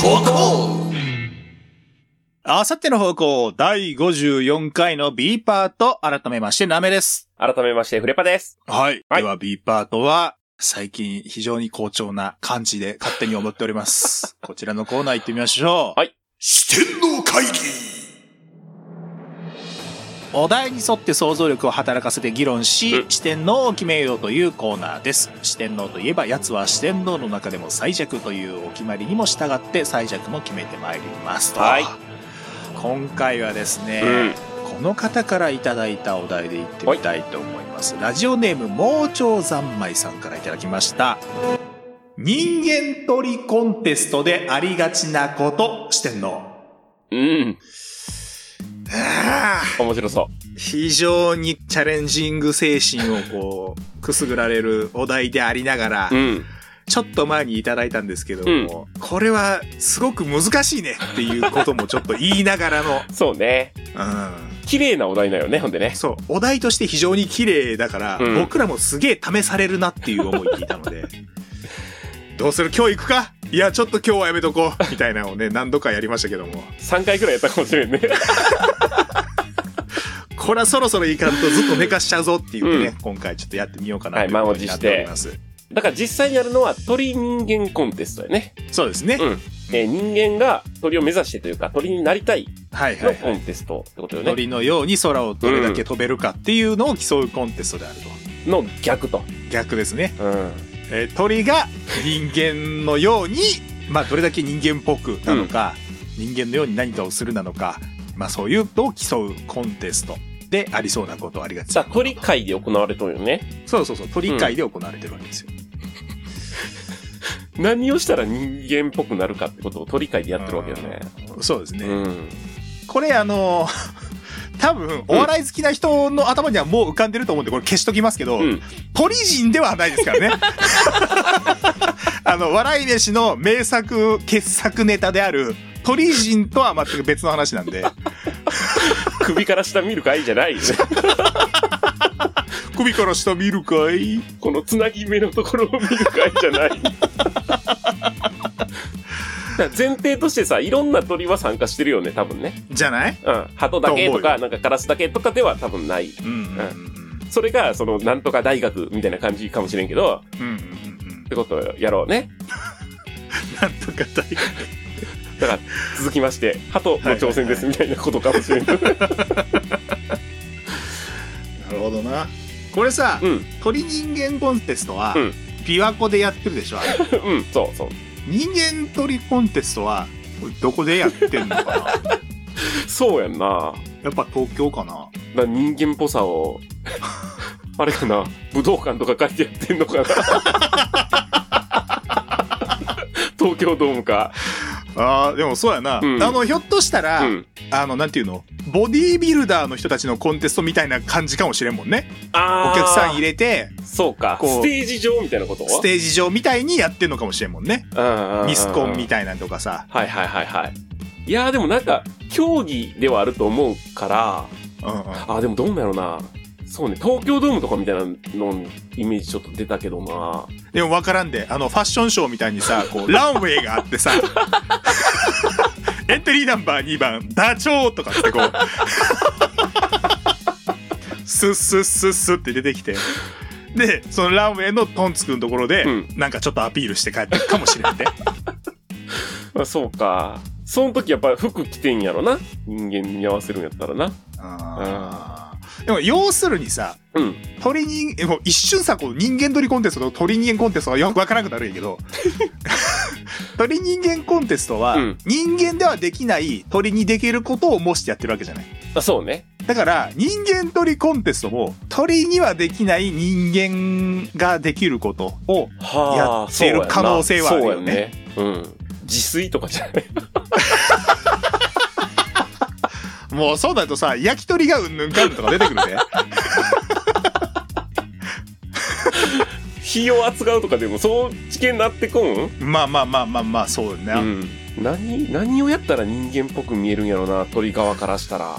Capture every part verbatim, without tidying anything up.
方向。 あさっての方向だいごじゅうよんかいの B パート、改めましてナメです。 改めましてフレパです。 はい。はい、では B パートは最近非常に好調な感じで勝手に思っております。こちらのコーナー行ってみましょう。 はい。 四天王会議。 お題に沿って想像力を働かせて議論し、うん、四天王を決めようというコーナーです。四天王といえば、奴は四天王の中でも最弱というお決まりにも従って最弱も決めてまいりますと。はい。今回はですね、うん、この方からいただいたお題で言ってみたいと思います。ラジオネーム盲腸三昧さんからいただきました。人間取りコンテストでありがちなこと、四天王。 うん。ああ、面白そう。 非常にチャレンジング精神をこうくすぐられるお題でありながら、うん、ちょっと前にいただいたんですけども、うん、これはすごく難しいねっていうこともちょっと言いながらのそうね、うん、綺麗なお題だよね。ほんでね、 そう、お題として非常に綺麗だから、うん、僕らもすげえ試されるなっていう思いでいたのでどうする今日行くか、いやちょっと今日はやめとこうみたいなのをね何度かやりましたけどもさんかいくらいやったかもしれんねこれはそろそろいかんとずっと寝かしちゃうぞっていうね、うん、今回ちょっとやってみようかなということになっております、はい、 だから実際にやるのは鳥人間コンテストやね。 そうですね、うん、 えー、人間が鳥を目指してというか鳥になりたいのコンテストってことよね、はいはいはい、 鳥のように空をどれだけ飛べるかっていうのを競うコンテストであると、 の逆と逆ですね、うん、えー、鳥が人間のようにまあどれだけ人間っぽくなのか、うん、人間のように何かをするなのか、まあそういうのを競うコンテストでありそうなことありがちなこと。 鳥界で行われとるよね。 そうそうそう、鳥界で行われてるわけですよ、 うん、何をしたら人間っぽくなるかってことを鳥界でやってるわけよね。 そうですね、うん、これあの多分お笑い好きな人の頭にはもう浮かんでると思うんでこれ消しときますけど、うん、鳥人ではないですからねあの笑い飯の名作傑作ネタである鳥人とは全く別の話なんで首から下見るかいじゃないよね首から下見るかい、 このつなぎ目のところを見るかいじゃない前提としてさ、いろんな鳥は参加してるよね多分ね。 じゃない、 うん、鳩だけとかなんかカラスだけとかでは多分ない、うんうんうん、それがそのなんとか大学みたいな感じかもしれんけど、うんうんうん、ってことをやろうねなんとか大学だから続きまして鳩の挑戦ですみたいなことかもしれん、はいはいはい、なるほどな。これさ、うん、鳥人間コンテストは、うん、琵琶湖でやってるでしょあれうんそうそう。 人間鳥コンテストはどこでやってんのかなそうやんな。 やっぱ東京かな。 だ人間っぽさをあれかな、武道館とか書いてやってんのかな東京ドームか。 ああ、でもそうやな、うん、あのひょっとしたら、うん、あのなんていうの、ボディービルダーの人たちのコンテストみたいな感じかもしれんもんね。あ、お客さん入れて、 そうか、こうステージ上みたいなこと、 ステージ上みたいにやってんのかもしれんもんね。ミスコンみたいなんとかさ。 はいはいはいはい。いやーでもなんか競技ではあると思うから、うんうん、あでもどうなんやろな。そうね、東京ドームとかみたいなのイメージちょっと出たけどな。 でも分からんで、あのファッションショーみたいにさ、こうランウェイがあってさエントリーナンバーにばんダチョウとかってこうスッスッスッスッって出てきて、でそのランウェイのトンツクのところで、うん、なんかちょっとアピールして帰ってるかもしれんでまあそうか、その時やっぱ服着てんやろな、人間に合わせるんやったらな。ああ、でも要するにさ、うん、鳥人えもう一瞬さ、こう人間鳥コンテストと鳥人間コンテストがよくわからなくなるんやけど鳥人間コンテストは、うん、人間ではできない鳥にできることを模してやってるわけじゃない。 あ、そうね。 だから人間鳥コンテストも鳥にはできない人間ができることをやってる可能性はあるよね。 そうやね。うん。自炊とかじゃないもうそうだとさ、焼き鳥がうんぬんかんとか出てくるね火を扱うとかでもそう知見なってこん。 まあまあまあまあまあ、そうね、うん、 何何をやったら人間っぽく見えるんやろな、鳥側からしたら。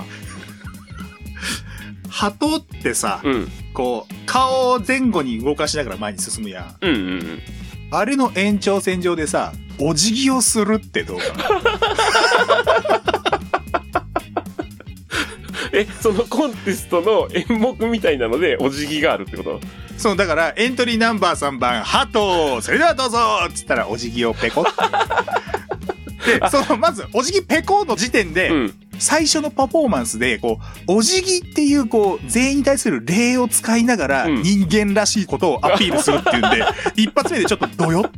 鳩ってさ、うん、こう顔を前後に動かしながら前に進むやん、うんうんうん、あれの延長線上でさ、 お辞儀をするってどうかな。 え、そのコンテストの演目みたいなのでお辞儀があるってこと？ そう、だからエントリーナンバーさんばん、ハト、それではどうぞっつったらお辞儀をペコって。で、その、まず、お辞儀ペコの時点で、うん、最初のパフォーマンスで、こう、お辞儀っていう、こう、全員に対する礼を使いながら、人間らしいことをアピールするっていうんで、うん、一発目でちょっとドヨって。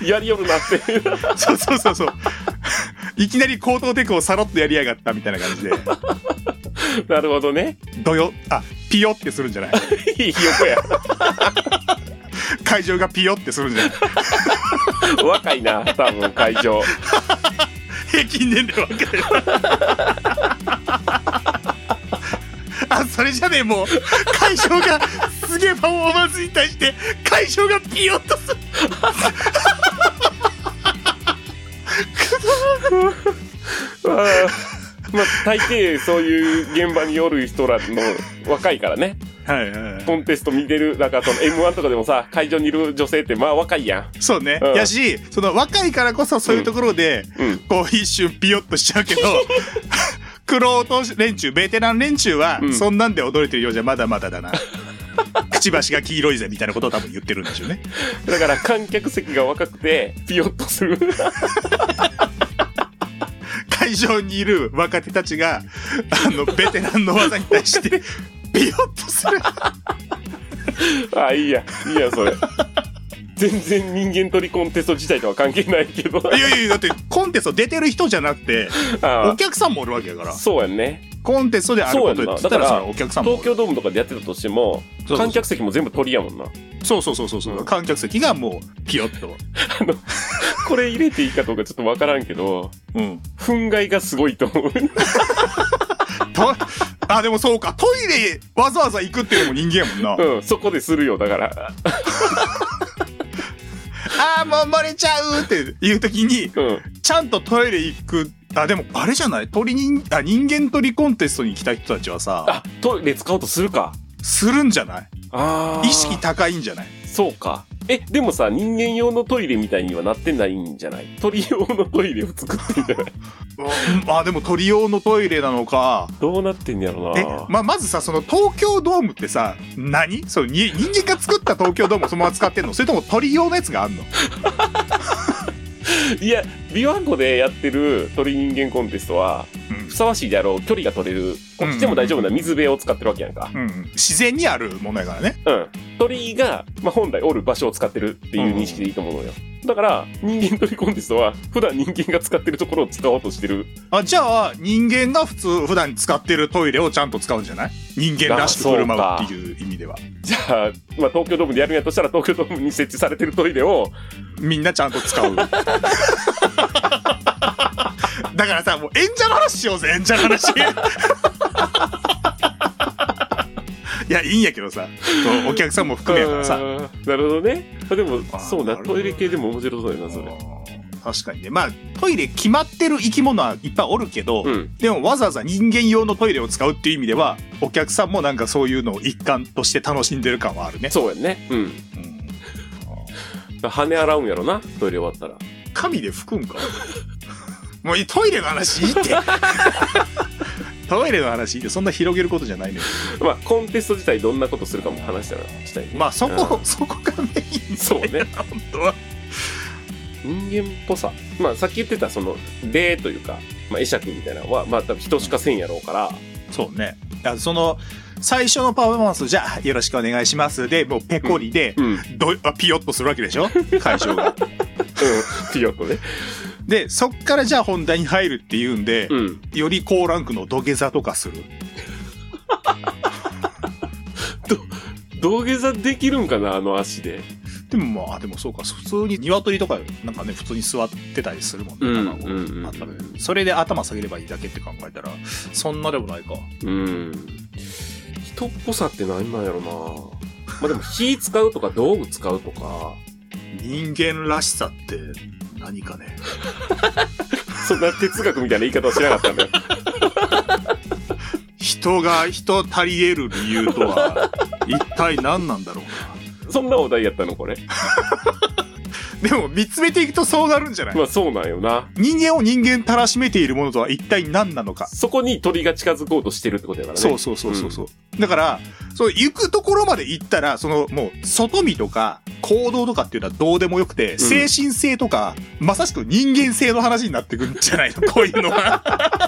やりよるなって。 そうそうそうそう。いきなり口頭テクをさらっとやりやがったみたいな感じで。 なるほどね。 ドヨ、あ、ピヨってするんじゃない？ ひよこや。 会場がピヨってするんじゃない？ 若いな、多分会場。 平均年齢若い。あ、それじゃねえ、もう会場がすげえパフォーマンスに対して会場がピヨッとする。 あまあ大抵そういう現場におる人らの若いからね。 はいはいはい、 コンテスト見てる、だからその エムワン とかでもさ、会場にいる女性ってまあ若いやん。 そうね。うん、やし、その若いからこそそういうところで、うん、こう一瞬ピヨッとしちゃうけど、クロート連中、ベテラン連中は、うん、そんなんで踊れてるようじゃまだまだだな。くちばしが黄色いぜみたいなことを多分言ってるんでしょうね。 だから観客席が若くて、ピヨッとする。 会場にいる若手たちが、あの、ベテランの技に対して、ピヨッとする。 あ、いいや、いいや、それ。全然人間取りコンテスト自体とは関係ないけど。 いやいや、だってコンテスト出てる人じゃなくて、お客さんもおるわけやから。 そうやんね。 コンテストであることで言ったら、そのお客さんも。 東京ドームとかでやってたとしても、観客席も全部鳥やもんな。 そうそうそうそうそう、うん、観客席がもうピヨッと。 あの、これ入れていいかどうかちょっとわからんけど、うん。憤慨がすごいと思う。 とあ、でもそうか、トイレわざわざ行くっていうのも人間やもんな。 うん、そこでするよ、だから。 あーもう漏れちゃうっていう時に、うん、ちゃんとトイレ行く。あ、でもあれじゃない、鳥人、あ、人間取りコンテストに来た人たちはさ、 あ、トイレ使おうとするか。 するんじゃない？ あー。 意識高いんじゃない？ そうか。え、でもさ、人間用のトイレみたいにはなってないんじゃない？鳥用のトイレを作ってんじゃない？ あ、でも鳥用のトイレなのか。 どうなってんやろな。 え、ま、まずさ、その東京ドームってさ、何？そう、に、人間が作った東京ドームをそのまま使ってんの？それとも鳥用のやつがあんの？ いや、琵琶湖でやってる鳥人間コンテストは、うん、ふさわしいであろう距離が取れる、こっちでも大丈夫な水辺を使ってるわけやんか。 うんうん、自然にあるものやからね。 うん。鳥が、まあ、本来おる場所を使ってるっていう認識でいいと思うのよ。うん、だから、人間鳥コンテストは、普段人間が使ってるところを使おうとしてる。 あ、じゃあ、人間が普通、普段使ってるトイレをちゃんと使うんじゃない？人間らしく振る舞うっていう意味では。 じゃあ、まあ、東京ドームでやるんやとしたら、東京ドームに設置されてるトイレを、 みんなちゃんと使う。だからさ、もう演者の話しようぜ、演者の話。いや、いいんやけどさ、お客さんも含めやからさ。 なるほどね。でも、そうな、トイレ系でも面白そうやな、それ。 確かにね。まあ、トイレ決まってる生き物はいっぱいおるけど、うん、でもわざわざ人間用のトイレを使うっていう意味では、お客さんもなんかそういうのを一環として楽しんでる感はあるね。 そうやね。うん。うん、羽洗うんやろな、トイレ終わったら。 紙で拭くんかもうトイレの話いいって。トイレの話いいって、そんな広げることじゃないのよ。 まあ、コンテスト自体どんなことするかも話したらしたいね。 まあ、そこ、そこがメイン。 そうね。 本当は。 人間っぽさ。まあ、さっき言ってた、その、礼というか、まあ、会釈みたいなのは、まあ、多分人しかせんやろうから。 うん、そうね。その、最初のパフォーマンス、じゃあ、よろしくお願いします。で、もう、ペコリで、うんうん、どあピヨッとするわけでしょ会場が。うん、 ピヨッとね。 で、そっからじゃあ本題に入るっていうんで、うん、より高ランクの土下座とかする。 ど、土下座できるんかな、あの足で。 でもまあ、でもそうか、普通に鶏とかなんかね、普通に座ってたりするもんね。うん、卵、うんうん、それで頭下げればいいだけって考えたら、そんなでもないか。 うん。人っぽさって何なんやろな。まあでも火使うとか道具使うとか。 人間らしさって何かね。 そんな哲学みたいな言い方をしなかったんだよ。 人が人足り得る理由とは一体何なんだろうな。 そんなお題やったのこれ。 でも見つめていくとそうなるんじゃない？ まあそうなんよな。 人間を人間たらしめているものとは一体何なのか。 そこに鳥が近づこうとしてるってことやからね。 そうそうそうそうそう、うん。だから、そう行くところまで行ったら、そのもう外見とか行動とかっていうのはどうでもよくて、うん、精神性とかまさしく人間性の話になってくるんじゃないの？こういうのは。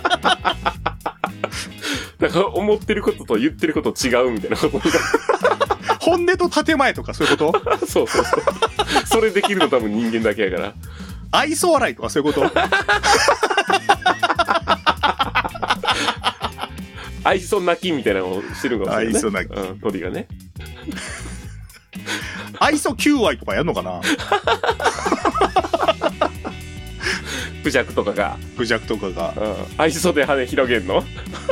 だから思ってることと言ってること違うみたいなことが。 本音と建前とかそういうこと？ そうそうそう。それできるの多分人間だけやから。 愛想笑いとかそういうこと？ 愛想泣きみたいなのをしてるかもしれない、ね。 愛想泣き。 うん、鳥がね。 愛想きゅうわいとかやんのかな？ クジャクとかが。 クジャクとかが。 うん、愛想で羽広げんの？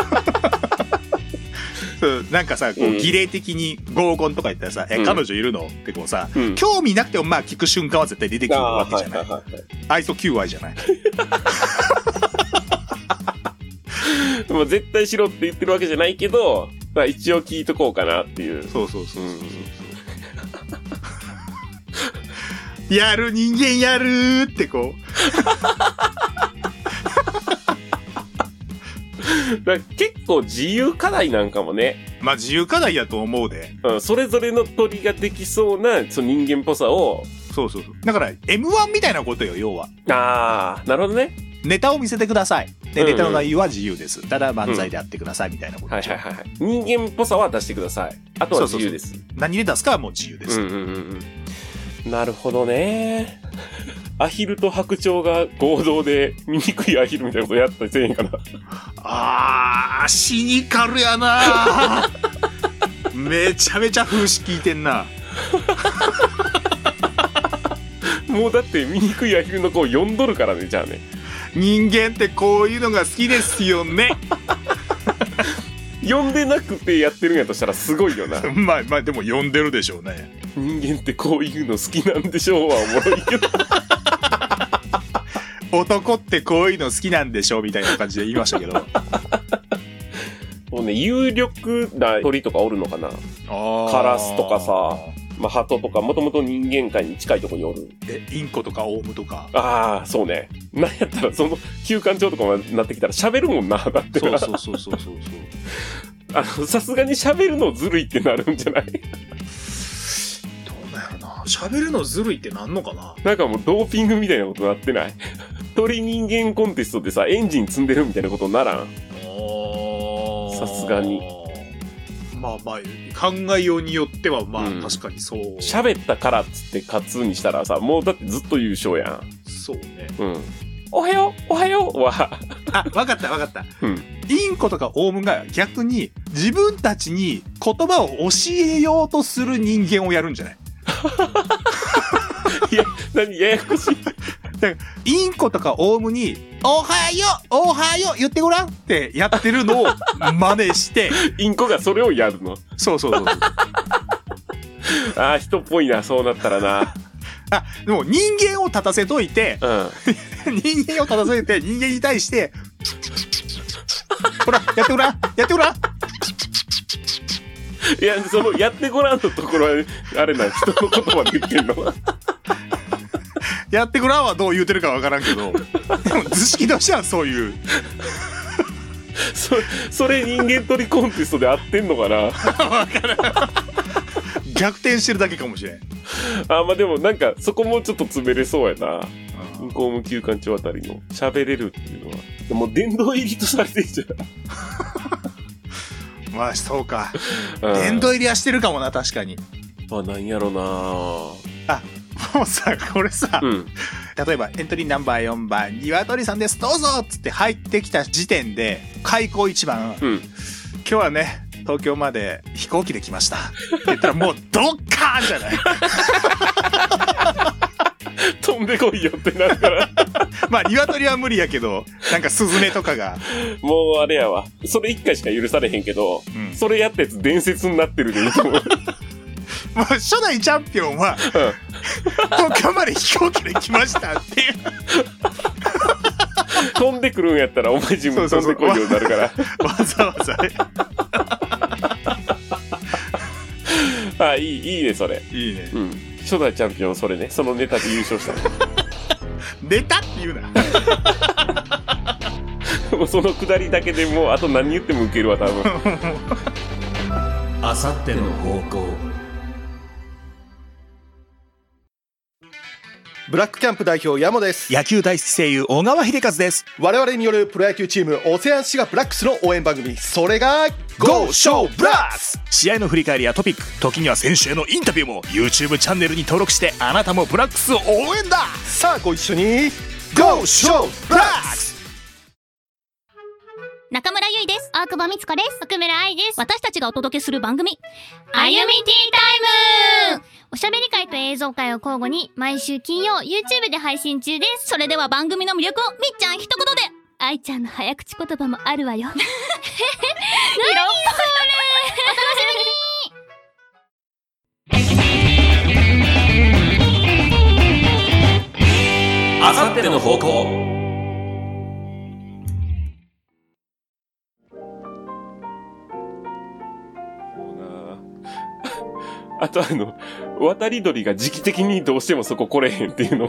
なんかさ、こう、儀礼的に合コンとか言ったらさ、うん、え、彼女いるのってこうさ、うん、興味なくてもまあ聞く瞬間は絶対出てくるわけじゃない。愛想きゅうわいじゃない。 でも絶対しろって言ってるわけじゃないけど、まあ一応聞いとこうかなっていう。 そうそうそうそうそう、うん、やる人間やるーってこう。 だ結構自由課題なんかもね。 まあ自由課題やと思うで。 うん、それぞれの鳥ができそうなその人間っぽさを。 そうそうそう。だから エムワン みたいなことよ、要は。 ああ、なるほどね。 ネタを見せてください。で、うんうん、ネタの内容は自由です。ただ漫才でやってくださいみたいなこと、うん。 はいはいはい。人間っぽさは出してください。あとは自由です。そうそうそう、 何で出すかはもう自由です。 うんうんうんうん。なるほどね。アヒルと白鳥が合同で醜いアヒルみたいなことやったりせえへんかな。 あー、シニカルやなめちゃめちゃ風刺効いてんな。 もうだって醜いアヒルの子を呼んどるからね、じゃあね。 人間ってこういうのが好きですよね。 呼んでなくてやってるんやとしたらすごいよな。 まあまあでも呼んでるでしょうね。 人間ってこういうの好きなんでしょうはおもろいけど。 男ってこういうの好きなんでしょうみたいな感じで言いましたけど。 もうね、有力な鳥とかおるのかな。カラスとかさ、まあ、鳩とかもともと人間界に近いところにおる。 え、インコとかオウムとか。 ああ、そうね。なんやったらその休館長とかになってきたら喋るもんな、だってな。 そうそうそうそうそうそう。 あの、さすがに喋るのずるいってなるんじゃない？ 喋るのずるいってなんのかな。 なんかもうドーピングみたいなことなってない？鳥人間コンテストでさ、エンジン積んでるみたいなことならん？さすがに。 まあまあ、考えようによってはまあ、うん、確かにそう。 喋ったからっつって勝つにしたらさ、もうだってずっと優勝やん。 そうね。 うん。おはようおはようは。 あ、わかったわかった。 うん。 インコとかオウムが逆に自分たちに言葉を教えようとする人間をやるんじゃない？ いや、何ややこしい。 だからインコとかオウムにおはようおはよう言ってごらんってやってるのを真似してインコがそれをやるの。 そうそうそう。 ああ、人っぽいな、そうなったらな。 あ、でも人間を立たせといて、 うん、 人間を立たせて人間に対してほらやってごらんやってごらん。 いや、そのやってごらんのところはあれな、人の言葉で言ってんの。 やってごらんはどう言うてるかわからんけど、でも図式としてはそういう。 そ, それ人間取りコンテストで合ってんのかな。わからん。逆転してるだけかもしれん。 あ、まあでもなんかそこもちょっと詰めれそうやな。公務休館長あたりの喋れるっていうのは。でも殿堂入りとされてんじゃん。 まあそうか。殿堂入りはしてるかもな、確かに。 まあなんやろな。 あ、もうさ、これさ、 うん、 例えばエントリーナンバーよんばん、鶏さんです、どうぞっつって入ってきた時点で、開口一番、 うん、 今日はね、東京まで飛行機で来ました。って言ったらもうドッカーンじゃない？ 飛んでこいよってなるから。 まあ鶏は無理やけど、なんかスズメとかがもうあれやわ、それ一回しか許されへんけど、うん、それやったやつ伝説になってるでいいと思う。もう初代チャンピオンは、うん、東京まで飛行機で来ましたっていう。 飛んでくるんやったらお前自分飛んでこいようになるから。 わざわざね。 あ、いいいいねそれ。 いいね。 うん。 初代チャンピオン、それね。そのネタで優勝したの。 ネタって言うな。 もうそのくだりだけでもう、あと何言ってもウケるわ、多分。 あさっての方向。 ブラックキャンプ代表山です。 野球大好き声優小川秀和です。 我々によるプロ野球チームオセアンシガブラックスの応援番組、それが Go Show Blast。試合の振り返りやトピック、時には選手へのインタビューも YouTube チャンネルに登録して、あなたもブラックスを応援だ。 さあご一緒に Go Show Blast。 中村ゆいです。大久保美津子です。奥村愛です。私たちがお届けする番組、あゆみティータイム。おしゃべり会と映像会を交互に毎週金曜 YouTube で配信中です。それでは番組の魅力をみっちゃん一言で。愛ちゃんの早口言葉もあるわよ。何それ。お楽しみに。 あさっての方向。 あとあの、渡り鳥が時期的にどうしてもそこ来れへんっていうの。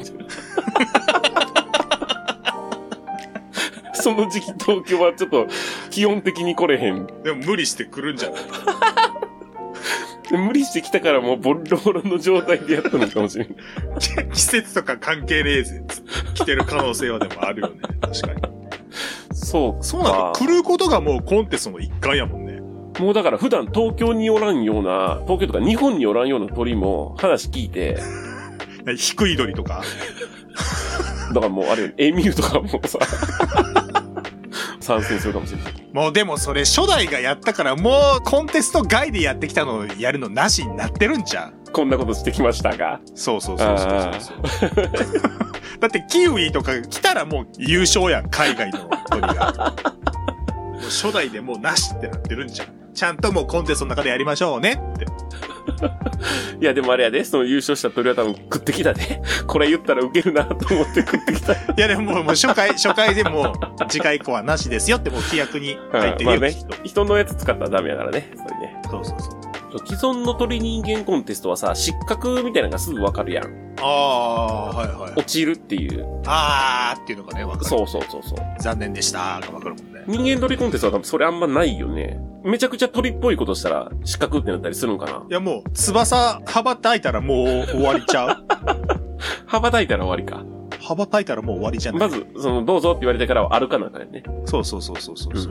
その時期東京はちょっと気温的に来れへん。 でも無理して来るんじゃない？ 無理してきたからもうボロボロの状態でやったのかもしれない。 季節とか関係ねえぜ。来てる可能性はでもあるよね。確かに。 そう。 そうなんだ。来ることがもうコンテストの一環やもんね。 もうだから普段東京におらんような、東京とか日本におらんような鳥も話聞いて。 低い鳥とかだからもうあれ、エミューとかもさ、参戦するかもしれない。 もうでもそれ初代がやったからもうコンテスト外でやってきたのをやるのなしになってるんちゃう？ こんなことしてきましたが。 そうそうそうそうそうだってキウイとか来たらもう優勝やん、海外の鳥が。もう初代でもうなしってなってるんじゃん。ちゃんともうコンテストの中でやりましょうねって。 いやでもあれやで、その優勝した鳥は多分食ってきたで。これ言ったらウケるなと思って食ってきた。いやでももう初回、初回でも次回以降はなしですよってもう規約に入ってるよ、 うん、まあね、人のやつ使ったらダメやからね。それね。 そうそうそう。 既存の鳥人間コンテストはさ、失格みたいなのがすぐわかるやん。 ああ、はいはい。 落ちるっていう。 あーっていうのがね、わかる。 そうそうそうそう。 残念でしたがわかるもんね。 人間鳥コンテストは多分それあんまないよね。めちゃくちゃ鳥っぽいことしたら失格ってなったりするんかな。 いやもう、翼羽ばたいたらもう終わりちゃう羽ばたいたら終わりか。 羽ばたいたらもう終わりじゃない。 まず、その、どうぞって言われてからは歩かなあかんよね。 そうそうそうそうそう、うん、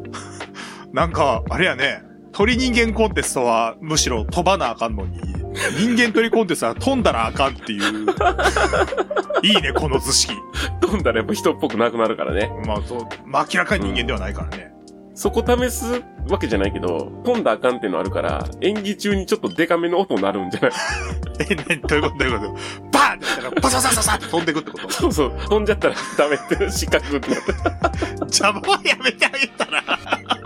なんか、あれやね。鳥人間コンテストはむしろ飛ばなあかんのに、人間鳥コンテストは飛んだらあかんっていう。いいね、この図式。 飛んだらやっぱ人っぽくなくなるからね。 まあ、そう、まあ明らかに人間ではないからね。 うん、そこ試すわけじゃないけど、飛んだらあかんっていうのあるから、演技中にちょっとデカめの音になるんじゃない？ え、なに、どういうことどういうことバーンってやったら、バササササって飛んでくってこと？ そうそう、飛んじゃったらダメって失格ってなって。 邪魔はやめてあげたら。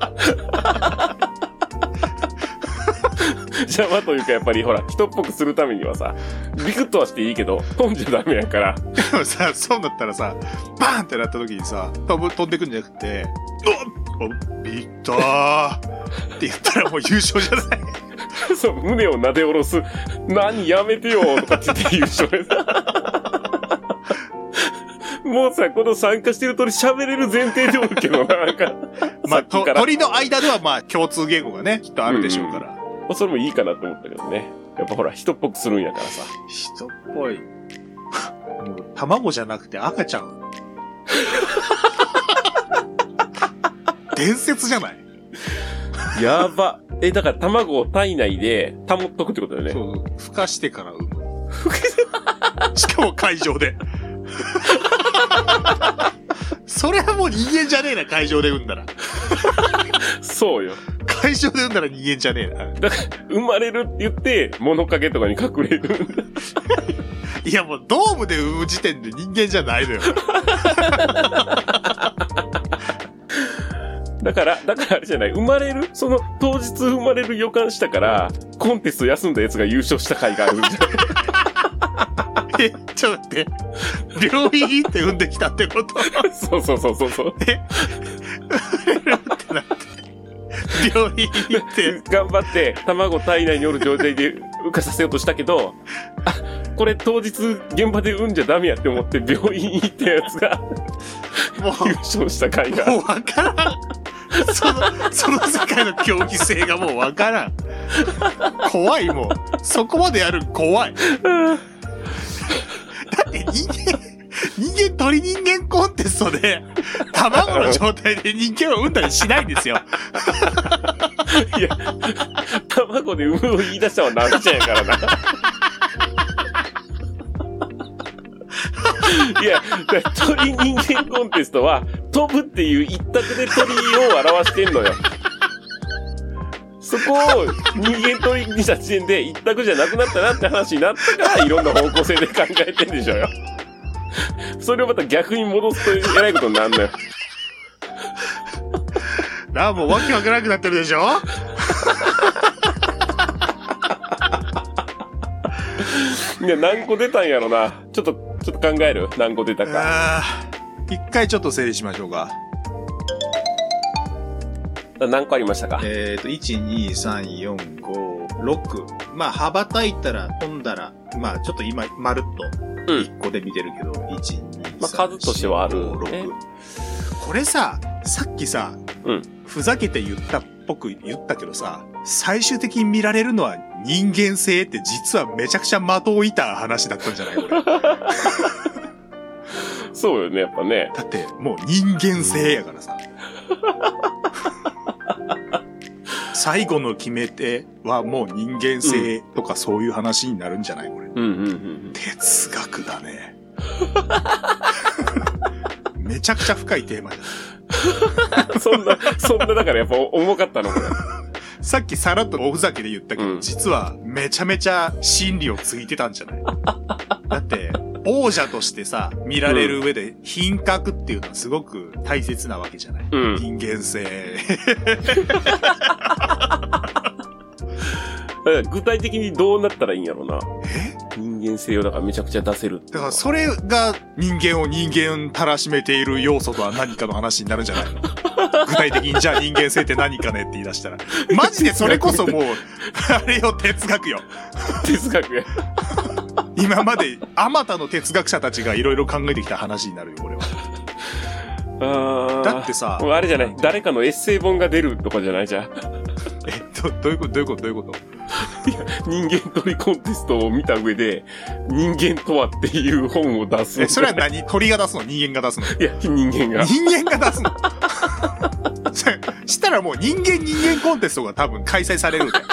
邪魔というかやっぱりほら、人っぽくするためにはさ、ビクッとはしていいけど、飛んじゃダメやから。 でもさ、そうだったらさ、バーンってなった時にさ、飛ぶ、飛んでくんじゃなくて、おっビッターって言ったらもう優勝じゃないそう、胸を撫で下ろす。何やめてよとかって言って優勝やもうさ、この参加してる鳥喋れる前提でおるけどな、なんか。 まあ、と鳥の間ではまあ共通言語がね、きっとあるでしょうから。 うんうん、それもいいかなと思ったけどね。やっぱほら、人っぽくするんやからさ。 人っぽい。もう、卵じゃなくて赤ちゃん。伝説じゃない？ やば。え、だから卵を体内で保っとくってことだよね。 そう、孵化してから産む。しかも会場で。それはもう人間じゃねえな、会場で産んだら。 そうよ。 会場で産んだら人間じゃねえな。 だから、生まれるって言って、物陰とかに隠れる。 いやもうドームで産む時点で人間じゃないのよ。 だから、だからあれじゃない、生まれるその当日生まれる予感したから、コンテスト休んだやつが優勝した回があるんじゃないえ、ちょっと待って。病院行って産んできたってこと？ そうそうそうそうそう。 えってなって。 病院行って。 頑張って、卵体内におる状態で浮かさせようとしたけど、あ、これ当日現場で産んじゃダメやって思って病院行ったやつが、もう優勝した回が。 もうわからん。その、その世界の競技性がもうわからん。怖いもん。そこまでやる怖い。だって人間、人間鳥人間コンテストで、卵の状態で人間を産んだりしないんですよ。 いや、卵で産むを言い出したのはナミちゃんやからな。いや、鳥人間コンテストは、飛ぶっていう一択で鳥を表してんのよ。そこを人間鳥にした時点で一択じゃなくなったなって話になったから、いろんな方向性で考えてんでしょうよ。それをまた逆に戻すとえらいことになるのよ。 なあ、もうわけわからなくなってるでしょ。 いや、何個出たんやろな。ちょっと、ちょっと考える？何個出たか。 あー、一回ちょっと整理しましょうか。 何個ありましたか？ えーと、いち、に、さん、よん、ご、ろく。まあ、羽ばたいたら飛んだら、まあ、ちょっと今、まるっと、いっこで見てるけど、うん、いち、に、 まあ、数としてはある、 ね。これさ、さっきさ、 うん、 ふざけて言ったっぽく言ったけどさ、最終的に見られるのは人間性って実はめちゃくちゃ的を射た話だったんじゃないこれ。 そうよね、やっぱね。 だって、もう人間性やからさ。最後の決め手はもう人間性とかそういう話になるんじゃないこれ。 うんうんうんうん、 哲学だね。めちゃくちゃ深いテーマだ。 そんな、そんなだからやっぱ重かったのこれ。 さっきさらっとおふざけで言ったけど、うん、実はめちゃめちゃ真理をついてたんじゃないだって、王者としてさ、見られる上で品格っていうのはすごく大切なわけじゃない、うん、人間性。 具体的にどうなったらいいんやろうな。え？人間性をだからめちゃくちゃ出せる。 だからそれが人間を人間たらしめている要素とは何かの話になるんじゃないの？具体的にじゃあ人間性って何かねって言い出したら。マジでそれこそもう、あれよ哲学よ。 哲学や。 今まであまたの哲学者たちがいろいろ考えてきた話になるよ、これは。 あだってさ、 あれじゃない、誰かのエッセイ本が出るとかじゃないじゃん。 え、ど、どういうことどういうことどういうこといや、人間鳥コンテストを見た上で、人間とはっていう本を出す。 え、それは何？鳥が出すの？人間が出すの？ いや、人間が。 人間が出すのしたらもう人間人間コンテストが多分開催されるんだよ。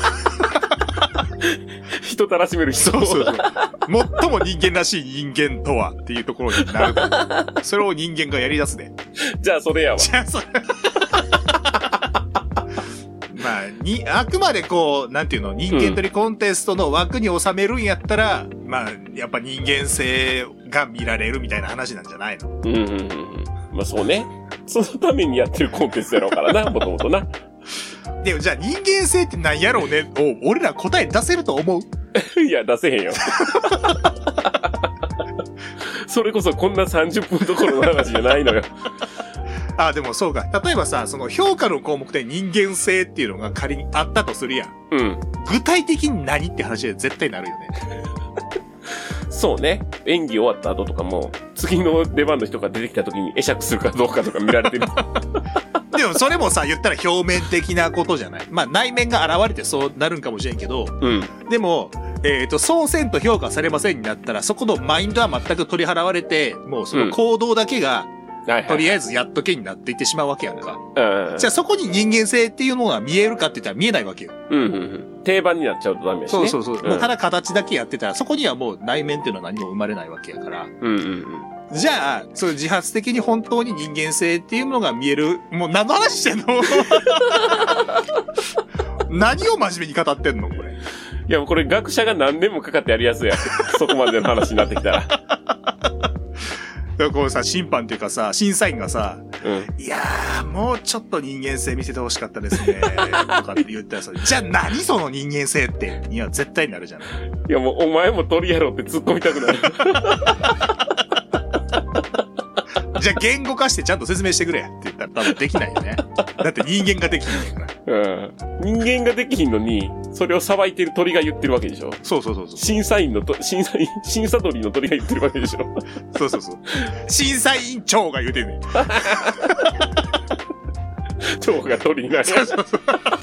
人たらしめる人。 そうそうそう。最も人間らしい人間とはっていうところになる。それを人間がやり出すね。 じゃあそれやわ。 じゃあそれ。まあ、に、あくまでこう、なんていうの、人間取りコンテストの枠に収めるんやったら、うん、まあ、やっぱ人間性が見られるみたいな話なんじゃないの？ うんうんうん。まあそうね。そのためにやってるコンテストやろうからな、もともとな。 でもじゃあ人間性って何やろうねを、俺ら答え出せると思う？ いや、出せへんよ。それこそこんなさんじゅっぷんどころの話じゃないのよ。 あ、でもそうか。例えばさ、その評価の項目で人間性っていうのが仮にあったとするやん。 うん。 具体的に何って話で絶対なるよね。 そうね。演技終わった後とかも、次の出番の人が出てきた時に会釈するかどうかとか見られてる。 でもそれもさ、言ったら表面的なことじゃない。まあ内面が現れてそうなるんかもしれんけど、 うん。 でも、えっと、そうせんと評価されませんになったら、そこのマインドは全く取り払われて、もうその行動だけが、うん、はいはい、とりあえずやっとけになっていってしまうわけやんか。うん。じゃあそこに人間性っていうのが見えるかって言ったら見えないわけよ。 うんうんうん。定番になっちゃうとダメやしね。 そうそうそう。うん、ただ形だけやってたら、そこにはもう内面っていうのは何も生まれないわけやから。 うんうんうん。 じゃあ、そう自発的に本当に人間性っていうのが見える、もう何の話してんの何を真面目に語ってんのこれ。 いや、これ学者が何年もかかってやるやつや。そこまでの話になってきたら。 こうさ、審判っていうかさ、審査員がさ、 うん、 いやー、もうちょっと人間性見せてほしかったですね。とかって言ったらさ、じゃあ何その人間性って、いや、絶対になるじゃない。 いや、もうお前も鳥やろって突っ込みたくなる。 じゃあ言語化してちゃんと説明してくれって言ったら多分できないよね。だって人間ができないから。 うん。人間ができひんのに、それをさばいてる鳥が言ってるわけでしょ。 そうそうそうそう。 審査員のと、審査員、審査鳥の鳥が言ってるわけでしょ。 そうそうそう。審査員長が言うてんねん。 蝶が鳥になる。そうそうそう。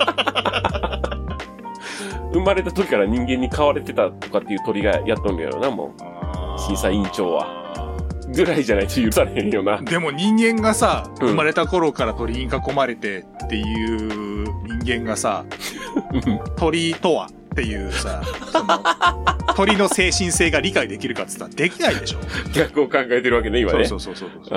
生まれた時から人間に飼われてたとかっていう鳥がやっとんやろな、もう。審査委員長は。ぐらいじゃないと許されへんよな。 でも人間がさ、 うん、 生まれた頃から鳥に囲まれてっていう人間がさ、鳥とはっていうさ、その鳥の精神性が理解できるかって言ったらできないでしょ。 逆を考えてるわけね、今ね。 そうそうそうそう。 うん、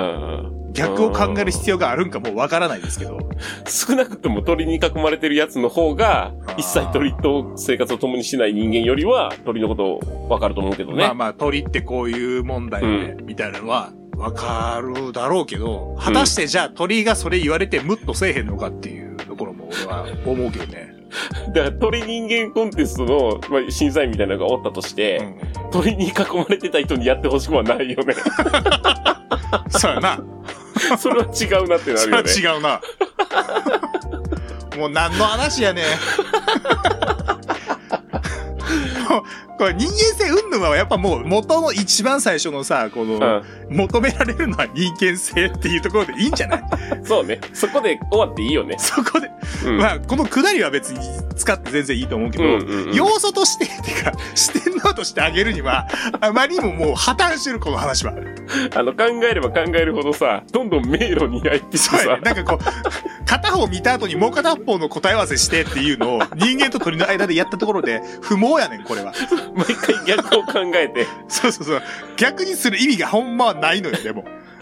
逆を考える必要があるんかもうわからないですけど。 少なくとも鳥に囲まれてるやつの方が、一切鳥と生活を共にしない人間よりは、鳥のことわかると思うけどね。 まあまあ、鳥ってこういう問題ね、うん、みたいなのはわかるだろうけど、果たしてじゃあ鳥がそれ言われてムッとせえへんのかっていうところも俺は思うけどね。 だから鳥人間コンテストの、まあ、審査員みたいなのがおったとして、うん、鳥に囲まれてた人にやってほしくはないよね。 そうやな。 それは違うなってなるよね。 それは違うな。もう何の話やねん。これ人間性云々はやっぱもう元の一番最初のさ、この、うん、求められるのは人間性っていうところでいいんじゃない？ そうね。そこで終わっていいよね。 そこで。うん、まあ、このくだりは別に使って全然いいと思うけど、うんうんうん、要素として、てか、四天王としてあげるには、あまりにももう破綻してる、この話は。 あの、考えれば考えるほどさ、どんどん迷路に入ってきてさ、 ね。なんかこう、片方見た後にもう片方の答え合わせしてっていうのを人間と鳥の間でやったところで不毛やねん、これは。 毎回逆を考えて。 そうそうそう。逆にする意味がほんまはないのよ、でも。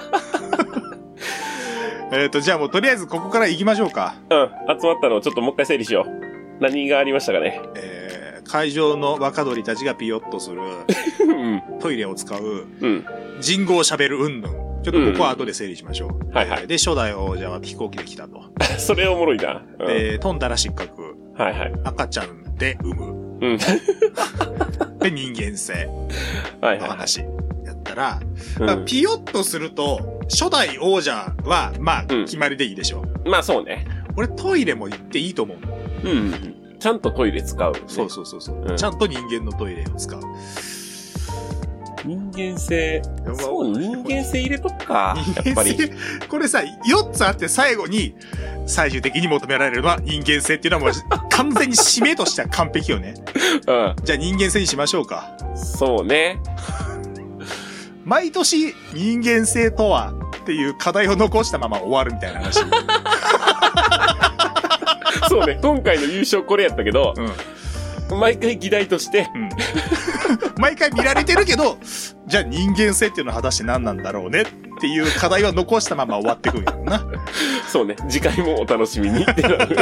えっと、じゃあもうとりあえずここから行きましょうか。 うん。集まったのをちょっともう一回整理しよう。何がありましたかね。 えー、会場の若鳥たちがピヨッとする。うん、トイレを使う。うん。人語を喋るうんぬん。ちょっとここは後で整理しましょう。うん、はいはい。で、初代王者は飛行機で来たと。それおもろいな。 うん、で、飛んだら失格。 はいはい。 赤ちゃんで産む。うん。で、人間性。 はいはい。 の話。やったら、うん、まあ、ピヨッとすると、初代王者は、まあ、決まりでいいでしょう。 うん、まあそうね。 俺トイレも行っていいと思うの。 うん。ちゃんとトイレ使う、ね。 そうそうそうそう、うん。ちゃんと人間のトイレを使う。 人間性。そう、人間性入れとくか。やっぱり。 これさ、よっつあって最後に、最終的に求められるのは人間性っていうのはもう完全に締めとしては完璧よね。うん。じゃあ人間性にしましょうか。 そうね。 毎年人間性とはっていう課題を残したまま終わるみたいな話。 そうね。今回の優勝これやったけど、うん、毎回議題として、うん、 毎回見られてるけど、じゃあ人間性っていうのは果たして何なんだろうねっていう課題を残したまま終わってくるんやろな。 そうね。次回もお楽しみにってなる。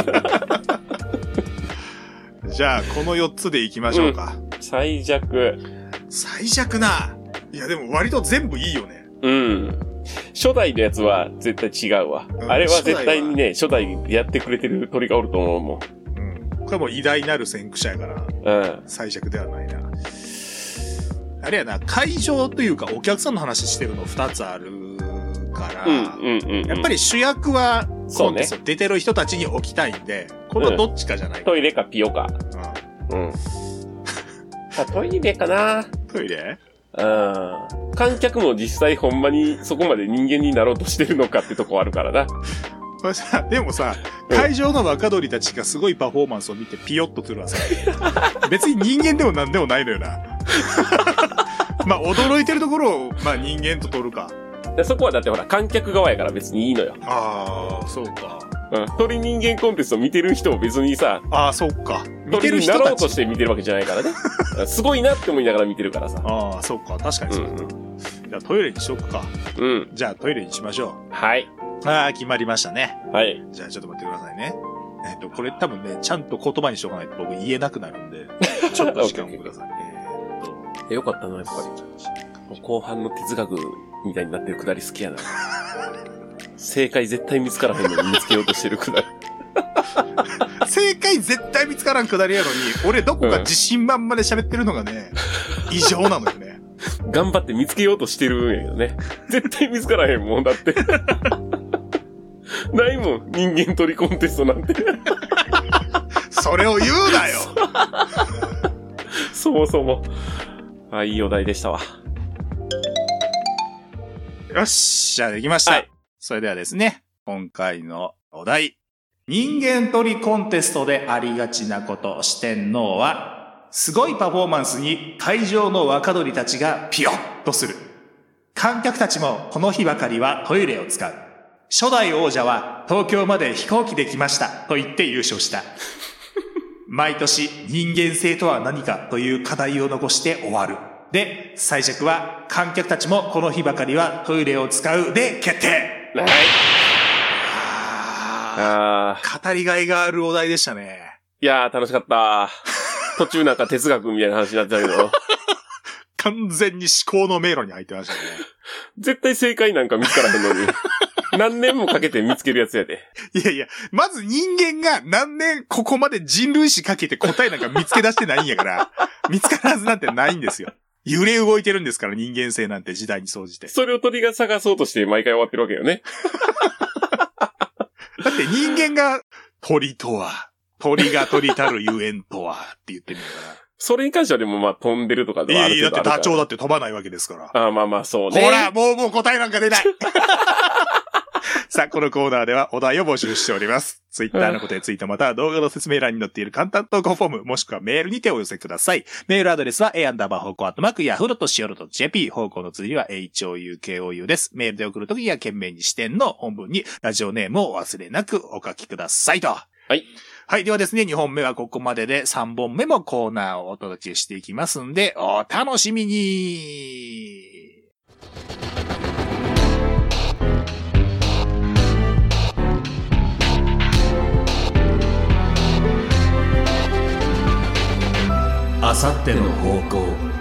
じゃあこのよっつでいきましょうか。 うん、最弱。 最弱な。いやでも割と全部いいよね。 うん。初代のやつは絶対違うわ。うん、あれは絶対にね、初代にやってくれてる鳥がおると思うもん。 うん。これも偉大なる先駆者やから。うん。最弱ではないな。あれやな、会場というかお客さんの話してるの二つあるから、うんうんうんうん、やっぱり主役はコンテスト出てる人たちに置きたいんで、このどっちかじゃないか、 うん。トイレかピヨか。うん。うん。あ、トイレかな。 トイレ？ うん。観客も実際ほんまにそこまで人間になろうとしてるのかってとこあるからな。 これさ、でもさ、会場の若鳥たちがすごいパフォーマンスを見てピヨッとするわさ。別に人間でもなんでもないのよな。まあ驚いてるところを、まあ人間と取るか。 そこはだってほら観客側やから別にいいのよ。 ああ、そうか。 うん。鳥人間コンテスト見てる人も別にさ。 ああ、そうか。 見てる人たち。鳥になろうとして見てるわけじゃないからね。すごいなって思いながら見てるからさ。 ああ、そうか。確かにそう、うんうん。じゃあトイレにしとくか。うん。じゃあトイレにしましょう。はい。 ああ、決まりましたね。 はい。 じゃあちょっと待ってくださいね。えっと、これ多分ね、ちゃんと言葉にしとかないと僕言えなくなるんで、ちょっと時間をください。 えーっと。よかったな、やっぱり。後半の哲学みたいになってるくだり好きやな。正解絶対見つからへんのに見つけようとしてるくだり。 正解絶対見つからんくだりやのに、俺どこか自信満々で喋ってるのがね、うん、異常なのよね。 頑張って見つけようとしてるんやけどね。絶対見つからへんもんだって。 ないもん、人間取りコンテストなんて。 それを言うなよ。 そもそも。あ、いいお題でしたわ。 よし、じゃあできました。はい、それではですね、今回のお題。人間取りコンテストでありがちなこと、四天王は、すごいパフォーマンスに会場の若鳥たちがピヨッとする。観客たちもこの日ばかりはトイレを使う。初代王者は東京まで飛行機で来ましたと言って優勝した。毎年人間性とは何かという課題を残して終わる。で、最弱は観客たちもこの日ばかりはトイレを使うで決定。 はい。 あー、語りがいがあるお題でしたね。 いやー、楽しかった。途中なんか哲学みたいな話になってたけど。 完全に思考の迷路に入ってましたね。 絶対正解なんか見つからへんのに。何年もかけて見つけるやつやで。 いやいや、まず人間が何年ここまで人類史かけて答えなんか見つけ出してないんやから、見つかるはずなんてないんですよ。揺れ動いてるんですから人間性なんて時代に総じて。 それを鳥が探そうとして毎回終わってるわけよね。 だって人間が鳥とは、鳥が鳥たるゆえんとはって言ってるんだから。 それに関してはでもまあ飛んでるとかではある程度あるから。 いやいや、だってダチョウだって飛ばないわけですから。 ああまあまあそうね。 ほら、もうもう答えなんか出ない。さあ、このコーナーではお題を募集しております。ツイッターの答えツイートまたは動画の説明欄に載っている簡単投稿フォームもしくはメールにてお寄せください。メールアドレスは a アンダーバー方向アットマークヤフードとシオロと ジェーピー 方向の綴りは エイチオーユーケーオーユー です。メールで送るときには懸命に視点の本文にラジオネームを忘れなくお書きくださいと。 はい。 はい。ではですね、にほんめはここまででさんぼんめもコーナーをお届けしていきますんで、お楽しみに。 あさっての方向。